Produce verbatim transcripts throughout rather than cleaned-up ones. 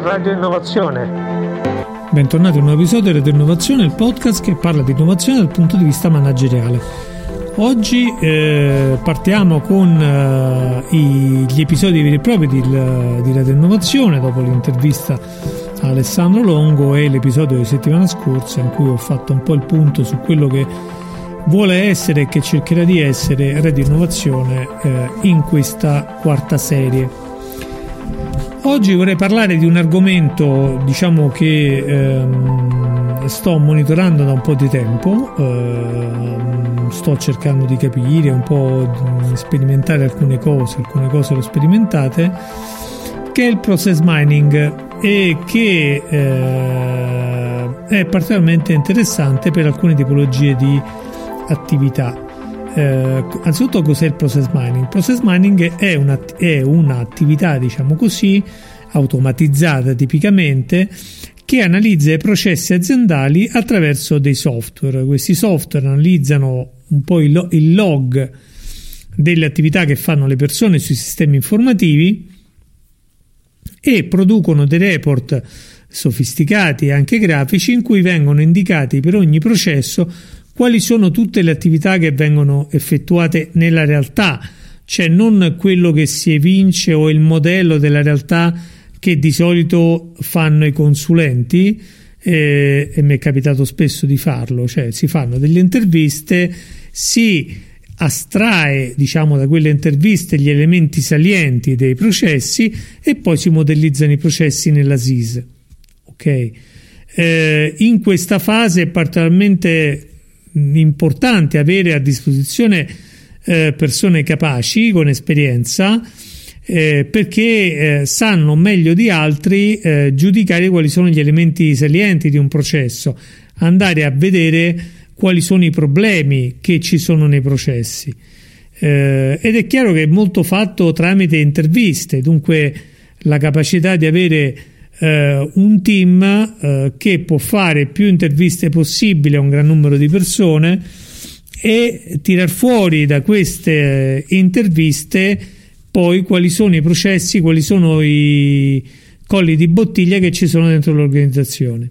Radio Innovazione. Bentornati a un nuovo episodio di Radio Innovazione, il podcast che parla di innovazione dal punto di vista manageriale. Oggi eh, partiamo con eh, i, gli episodi veri e propri di, di Radio Innovazione, dopo l'intervista a Alessandro Longo e l'episodio di settimana scorsa in cui ho fatto un po' il punto su quello che vuole essere e che cercherà di essere Radio Innovazione eh, in questa quarta serie. Oggi vorrei parlare di un argomento, diciamo, che ehm, sto monitorando da un po' di tempo, ehm, sto cercando di capire, un po' di sperimentare alcune cose, alcune cose le ho sperimentate, che è il process mining e che eh, è particolarmente interessante per alcune tipologie di attività. Eh, anzitutto, cos'è il process mining? Il process mining è, una, è un'attività, diciamo così, automatizzata tipicamente, che analizza i processi aziendali attraverso dei software. Questi software analizzano un po' il, lo, il log delle attività che fanno le persone sui sistemi informativi e producono dei report sofisticati e anche grafici in cui vengono indicati per ogni processo quali sono tutte le attività che vengono effettuate nella realtà, cioè non quello che si evince o il modello della realtà che di solito fanno i consulenti, eh, e mi è capitato spesso di farlo, cioè si fanno delle interviste, si astrae, diciamo, da quelle interviste gli elementi salienti dei processi e poi si modellizzano i processi nella S I S. Ok? Eh, in questa fase è particolarmente importante avere a disposizione eh, persone capaci, con esperienza, eh, perché eh, sanno meglio di altri eh, giudicare quali sono gli elementi salienti di un processo, andare a vedere quali sono i problemi che ci sono nei processi, eh, ed è chiaro che è molto fatto tramite interviste, dunque la capacità di avere Uh, un team uh, che può fare più interviste possibili a un gran numero di persone e tirar fuori da queste uh, interviste poi quali sono i processi, quali sono i colli di bottiglia che ci sono dentro l'organizzazione.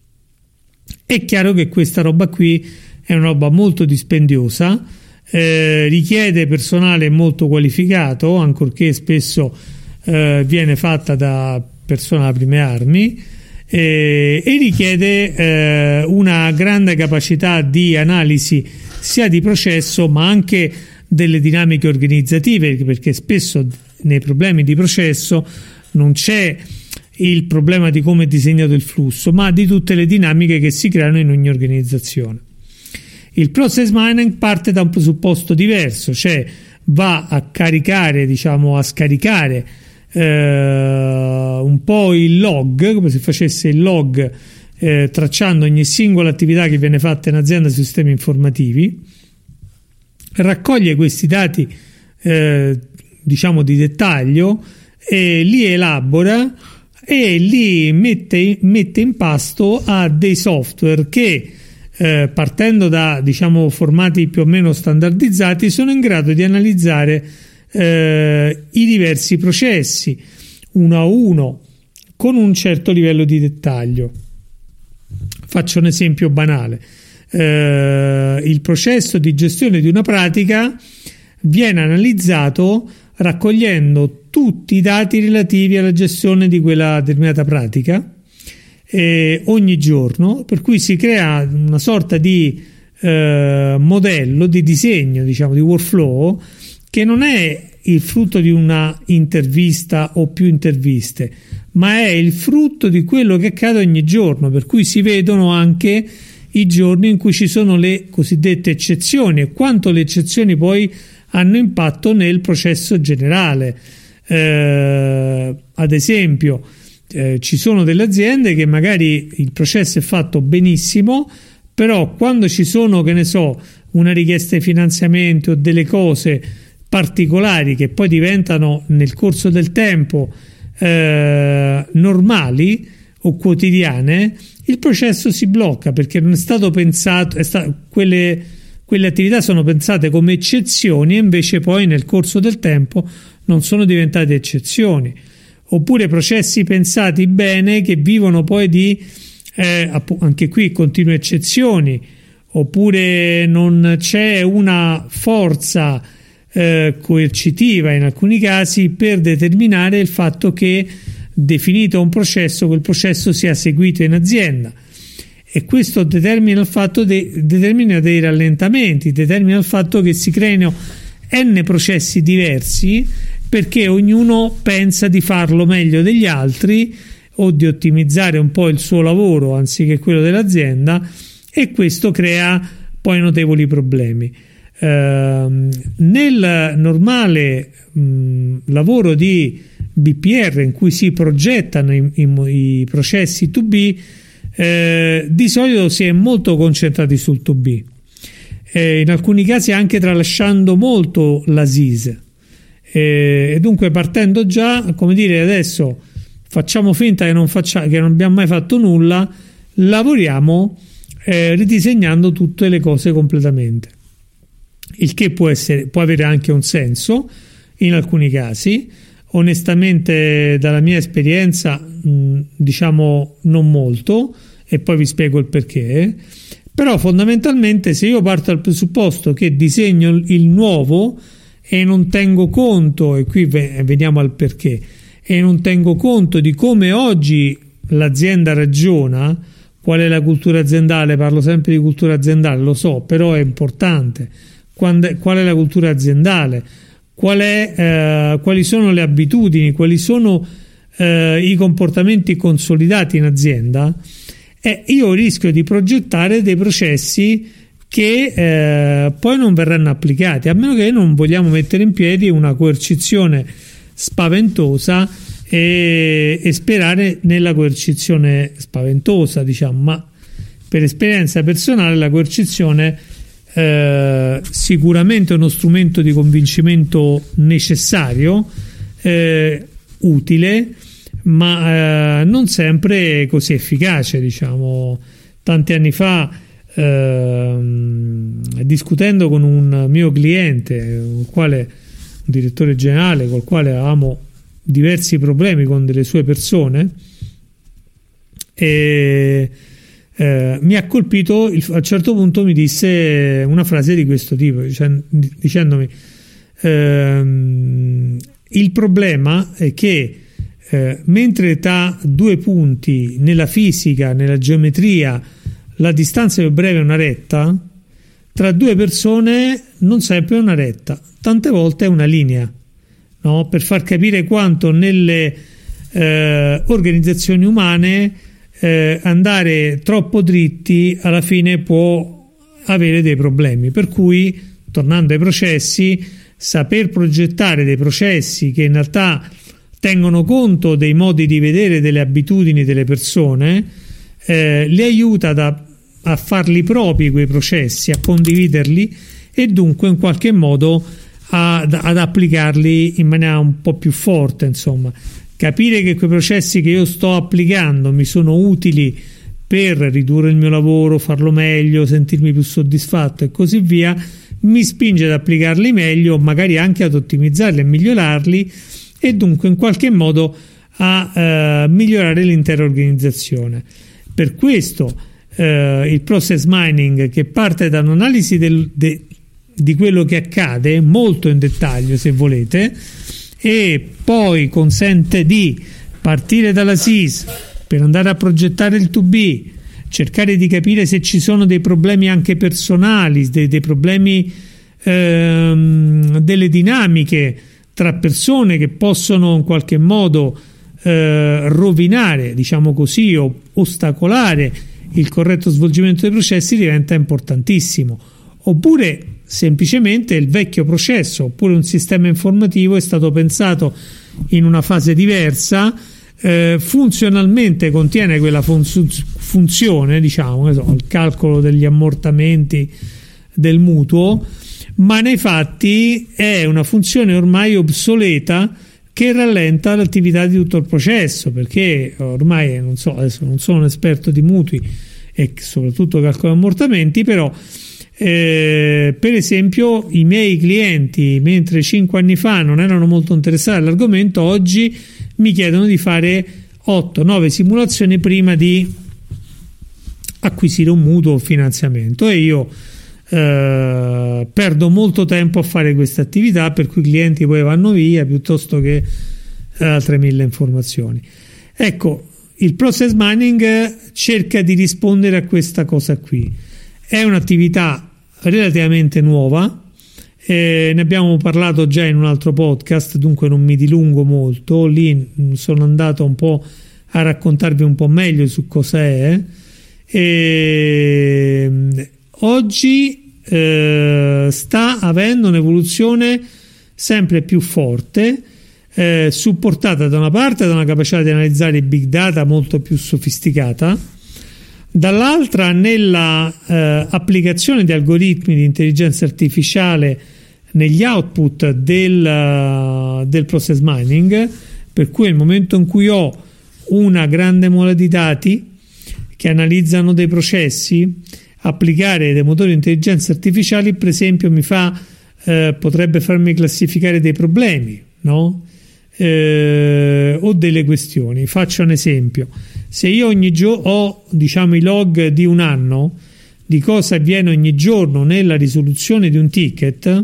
È chiaro che questa roba qui è una roba molto dispendiosa, eh, richiede personale molto qualificato, ancorché spesso eh, viene fatta da persone alle prime armi, eh, e richiede eh, una grande capacità di analisi sia di processo ma anche delle dinamiche organizzative, perché spesso nei problemi di processo non c'è il problema di come è disegnato il flusso, ma di tutte le dinamiche che si creano in ogni organizzazione. Il process mining parte da un presupposto diverso, cioè va a caricare, diciamo a scaricare Uh, un po' il log, come se facesse il log, eh, tracciando ogni singola attività che viene fatta in azienda sui sistemi informativi, raccoglie questi dati eh, diciamo di dettaglio e li elabora e li mette, mette in pasto a dei software che eh, partendo da, diciamo, formati più o meno standardizzati sono in grado di analizzare Eh, i diversi processi uno a uno con un certo livello di dettaglio. Faccio un esempio banale: eh, il processo di gestione di una pratica viene analizzato raccogliendo tutti i dati relativi alla gestione di quella determinata pratica eh, ogni giorno, per cui si crea una sorta di eh, modello, di disegno, diciamo, di workflow, che non è il frutto di una intervista o più interviste, ma è il frutto di quello che accade ogni giorno, per cui si vedono anche i giorni in cui ci sono le cosiddette eccezioni e quanto le eccezioni poi hanno impatto nel processo generale. Eh, ad esempio, eh, ci sono delle aziende che magari il processo è fatto benissimo, però quando ci sono, che ne so, una richiesta di finanziamento o delle cose particolari che poi diventano nel corso del tempo eh, normali o quotidiane, il processo si blocca perché non è stato pensato, è sta, quelle, quelle attività sono pensate come eccezioni e invece poi nel corso del tempo non sono diventate eccezioni. oppure processi pensati bene che vivono poi di eh, anche qui continue eccezioni, oppure non c'è una forza eh, coercitiva in alcuni casi per determinare il fatto che, definito un processo, quel processo sia seguito in azienda, e questo determina il fatto de, determina dei rallentamenti, determina il fatto che si creino n processi diversi perché ognuno pensa di farlo meglio degli altri o di ottimizzare un po' il suo lavoro anziché quello dell'azienda, e questo crea poi notevoli problemi. Eh, nel normale mh, lavoro di B P R, in cui si progettano i, i, i processi to B, eh, di solito si è molto concentrati sul to B, eh, in alcuni casi anche tralasciando molto la S I S, eh, e dunque partendo già, come dire, adesso facciamo finta che non, faccia, che non abbiamo mai fatto nulla, lavoriamo eh, ridisegnando tutte le cose completamente, il che può essere, può avere anche un senso in alcuni casi. Onestamente, dalla mia esperienza, mh, diciamo non molto, e poi vi spiego il perché. Però fondamentalmente, se io parto dal presupposto che disegno il nuovo e non tengo conto, e qui veniamo al perché, e non tengo conto di come oggi l'azienda ragiona, qual è la cultura aziendale, parlo sempre di cultura aziendale, lo so, però è importante. Quando, qual è la cultura aziendale? Qual è, eh, quali sono le abitudini, quali sono eh, i comportamenti consolidati in azienda, e io rischio di progettare dei processi che eh, poi non verranno applicati, a meno che non vogliamo mettere in piedi una coercizione spaventosa e, e sperare nella coercizione spaventosa, diciamo. Ma per esperienza personale la coercizione Eh, sicuramente è uno strumento di convincimento necessario, eh, utile, ma eh, non sempre così efficace, diciamo. Tanti anni fa, eh, discutendo con un mio cliente, con il quale, un direttore generale col quale avevamo diversi problemi con delle sue persone, e Eh, mi ha colpito, il, a un certo punto mi disse una frase di questo tipo, dicen, dicendomi ehm, il problema è che eh, mentre tra due punti nella fisica, nella geometria, la distanza più breve è una retta, tra due persone non sempre è una retta, tante volte è una linea, no? Per far capire quanto nelle eh, organizzazioni umane Eh, andare troppo dritti alla fine può avere dei problemi, per cui, tornando ai processi, saper progettare dei processi che in realtà tengono conto dei modi di vedere, delle abitudini delle persone, eh, li aiuta da, a farli propri quei processi, a condividerli e dunque in qualche modo ad, ad applicarli in maniera un po' più forte, insomma. Capire che quei processi che io sto applicando mi sono utili per ridurre il mio lavoro, farlo meglio, sentirmi più soddisfatto e così via, mi spinge ad applicarli meglio, magari anche ad ottimizzarli e migliorarli, e dunque in qualche modo a eh, migliorare l'intera organizzazione. Per questo eh, il process mining, che parte da un'analisi del, de, di quello che accade molto in dettaglio, se volete, e poi consente di partire dalla S I S per andare a progettare il to B, cercare di capire se ci sono dei problemi anche personali, dei, dei problemi, ehm, delle dinamiche tra persone che possono in qualche modo eh, rovinare, diciamo così, o ostacolare il corretto svolgimento dei processi, diventa importantissimo. Oppure semplicemente il vecchio processo, oppure un sistema informativo è stato pensato in una fase diversa, eh, funzionalmente contiene quella fun- funzione, diciamo, so, il calcolo degli ammortamenti del mutuo, ma nei fatti è una funzione ormai obsoleta che rallenta l'attività di tutto il processo, perché ormai, non so, adesso non sono un esperto di mutui e soprattutto calcolo ammortamenti, però Eh, per esempio i miei clienti, mentre cinque anni fa non erano molto interessati all'argomento, oggi mi chiedono di fare otto nove simulazioni prima di acquisire un mutuo o finanziamento, e io eh, perdo molto tempo a fare questa attività, per cui i clienti poi vanno via piuttosto che altre mille informazioni. Ecco, il process mining cerca di rispondere a questa cosa qui. È un'attività relativamente nuova, eh, ne abbiamo parlato già in un altro podcast, dunque non mi dilungo molto. Lì sono andato un po' a raccontarvi un po' meglio su cosa è. E oggi eh, sta avendo un'evoluzione sempre più forte, eh, supportata da una parte da una capacità di analizzare i big data molto più sofisticata, dall'altra nella eh, applicazione di algoritmi di intelligenza artificiale negli output del, uh, del process mining, per cui nel momento in cui ho una grande mole di dati che analizzano dei processi, applicare dei motori di intelligenza artificiali, per esempio, mi fa eh, potrebbe farmi classificare dei problemi, no? Eh, o delle questioni. Faccio un esempio: se io ogni giorno ho, diciamo, i log di un anno di cosa avviene ogni giorno nella risoluzione di un ticket,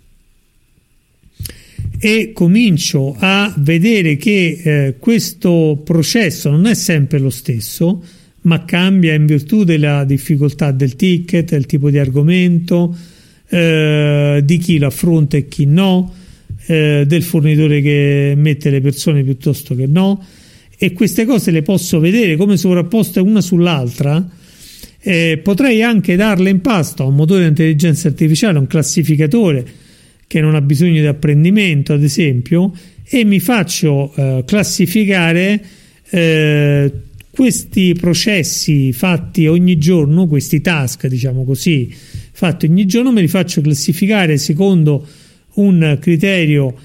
e comincio a vedere che eh, questo processo non è sempre lo stesso, ma cambia in virtù della difficoltà del ticket, del tipo di argomento, eh, di chi lo affronta e chi no, eh, del fornitore che mette le persone piuttosto che no, e queste cose le posso vedere come sovrapposte una sull'altra. Eh, potrei anche darle in pasto a un motore di intelligenza artificiale, un classificatore che non ha bisogno di apprendimento, ad esempio, e mi faccio eh, classificare eh, questi processi fatti ogni giorno, questi task, diciamo così, fatti ogni giorno, me li faccio classificare secondo un criterio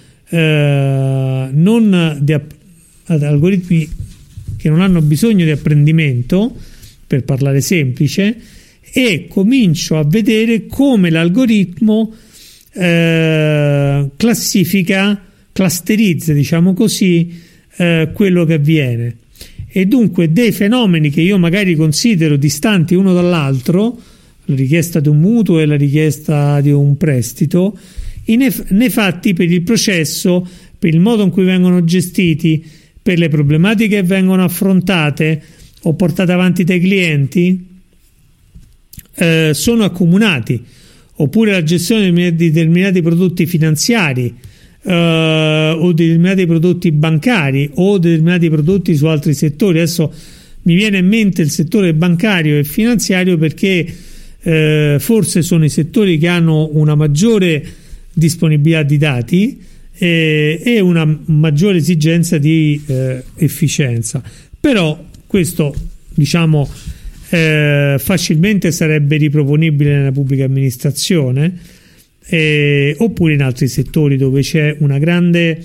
eh, non di app- algoritmi che non hanno bisogno di apprendimento, per parlare semplice, e comincio a vedere come l'algoritmo eh, classifica, clusterizza, diciamo così, eh, quello che avviene. E dunque dei fenomeni che io magari considero distanti uno dall'altro, la richiesta di un mutuo e la richiesta di un prestito, nei fatti per il processo, per il modo in cui vengono gestiti, per le problematiche che vengono affrontate o portate avanti dai clienti, eh, sono accomunati. Oppure la gestione di determinati prodotti finanziari, Uh, o determinati prodotti bancari o determinati prodotti su altri settori. Adesso mi viene in mente il settore bancario e finanziario perché uh, forse sono i settori che hanno una maggiore disponibilità di dati e, e una maggiore esigenza di uh, efficienza, però questo, diciamo, uh, facilmente sarebbe riproponibile nella pubblica amministrazione. Eh, oppure in altri settori dove c'è un grande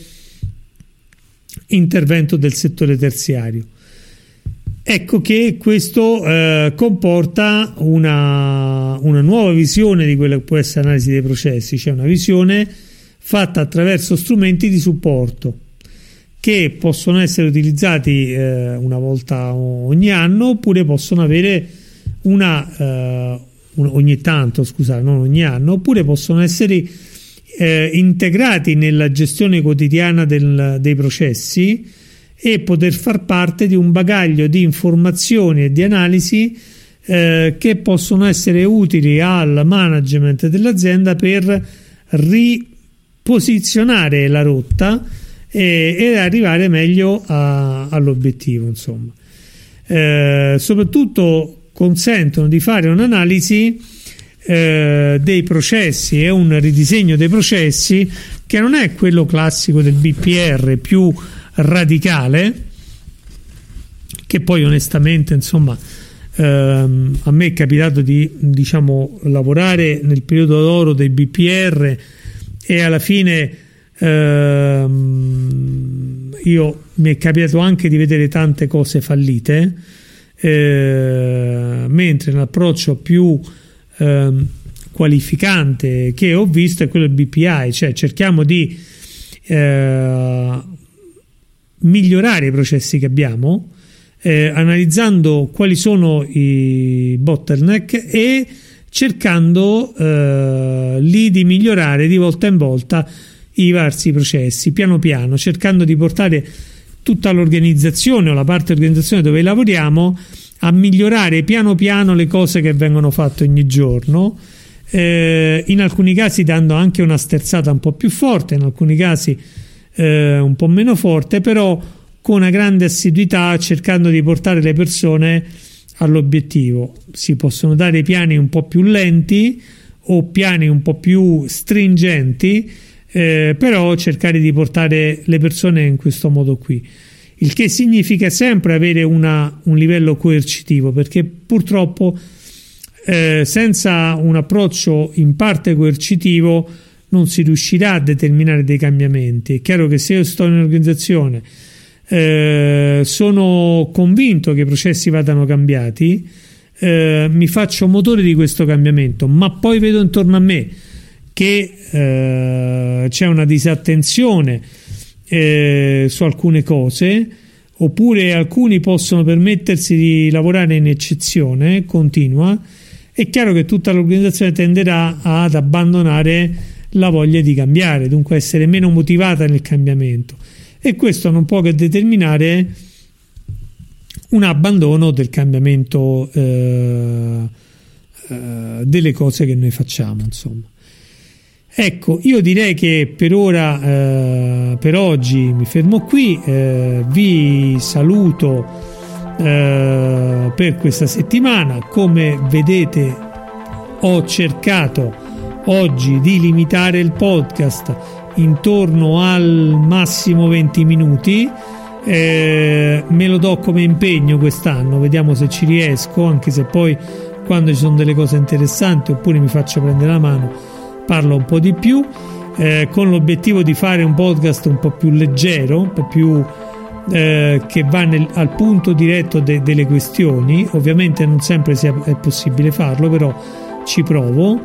intervento del settore terziario. Ecco che questo eh, comporta una, una nuova visione di quella che può essere l'analisi dei processi, cioè una visione fatta attraverso strumenti di supporto che possono essere utilizzati eh, una volta ogni anno, oppure possono avere una eh, ogni tanto, scusate, non ogni anno, oppure possono essere eh, integrati nella gestione quotidiana del, dei processi e poter far parte di un bagaglio di informazioni e di analisi eh, che possono essere utili al management dell'azienda per riposizionare la rotta e, e arrivare meglio a, all'obiettivo, insomma. Eh, soprattutto consentono di fare un'analisi eh, dei processi e un ridisegno dei processi che non è quello classico del B P R più radicale, che poi onestamente, insomma, ehm, a me è capitato di, diciamo, lavorare nel periodo d'oro dei B P R e alla fine ehm, io mi è capitato anche di vedere tante cose fallite. Eh, mentre l'approccio più eh, qualificante che ho visto è quello del B P I, cioè cerchiamo di eh, migliorare i processi che abbiamo, eh, analizzando quali sono i bottleneck e cercando eh, lì di migliorare di volta in volta i vari processi, piano piano, cercando di portare tutta l'organizzazione o la parte organizzazione dove lavoriamo a migliorare piano piano le cose che vengono fatte ogni giorno, eh, in alcuni casi dando anche una sterzata un po' più forte, in alcuni casi eh, un po' meno forte, però con una grande assiduità, cercando di portare le persone all'obiettivo. Si possono dare piani un po' più lenti o piani un po' più stringenti, eh, però cercare di portare le persone in questo modo qui, il che significa sempre avere una, un livello coercitivo, perché purtroppo eh, senza un approccio in parte coercitivo non si riuscirà a determinare dei cambiamenti. È chiaro che se io sto in un'organizzazione, eh, sono convinto che i processi vadano cambiati, eh, mi faccio motore di questo cambiamento, ma poi vedo intorno a me che eh, c'è una disattenzione eh, su alcune cose, oppure alcuni possono permettersi di lavorare in eccezione continua. È chiaro che tutta l'organizzazione tenderà ad abbandonare la voglia di cambiare, dunque essere meno motivata nel cambiamento, e questo non può che determinare un abbandono del cambiamento eh, eh, delle cose che noi facciamo, insomma. Ecco, io direi che per ora, eh, per oggi mi fermo qui, eh, vi saluto eh, per questa settimana. Come vedete ho cercato oggi di limitare il podcast intorno al massimo venti minuti, eh, me lo do come impegno quest'anno, vediamo se ci riesco, anche se poi quando ci sono delle cose interessanti oppure mi faccio prendere la mano parlo un po' di più, eh, con l'obiettivo di fare un podcast un po' più leggero, un po' più eh, che va nel, al punto diretto de, delle questioni. Ovviamente non sempre sia, è possibile farlo, però ci provo.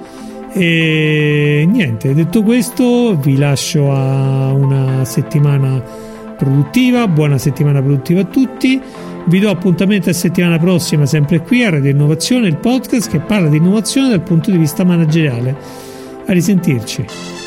E niente, detto questo vi lascio a una settimana produttiva, buona settimana produttiva a tutti, vi do appuntamento a settimana prossima sempre qui a Radio Innovazione, il podcast che parla di innovazione dal punto di vista manageriale. A risentirci.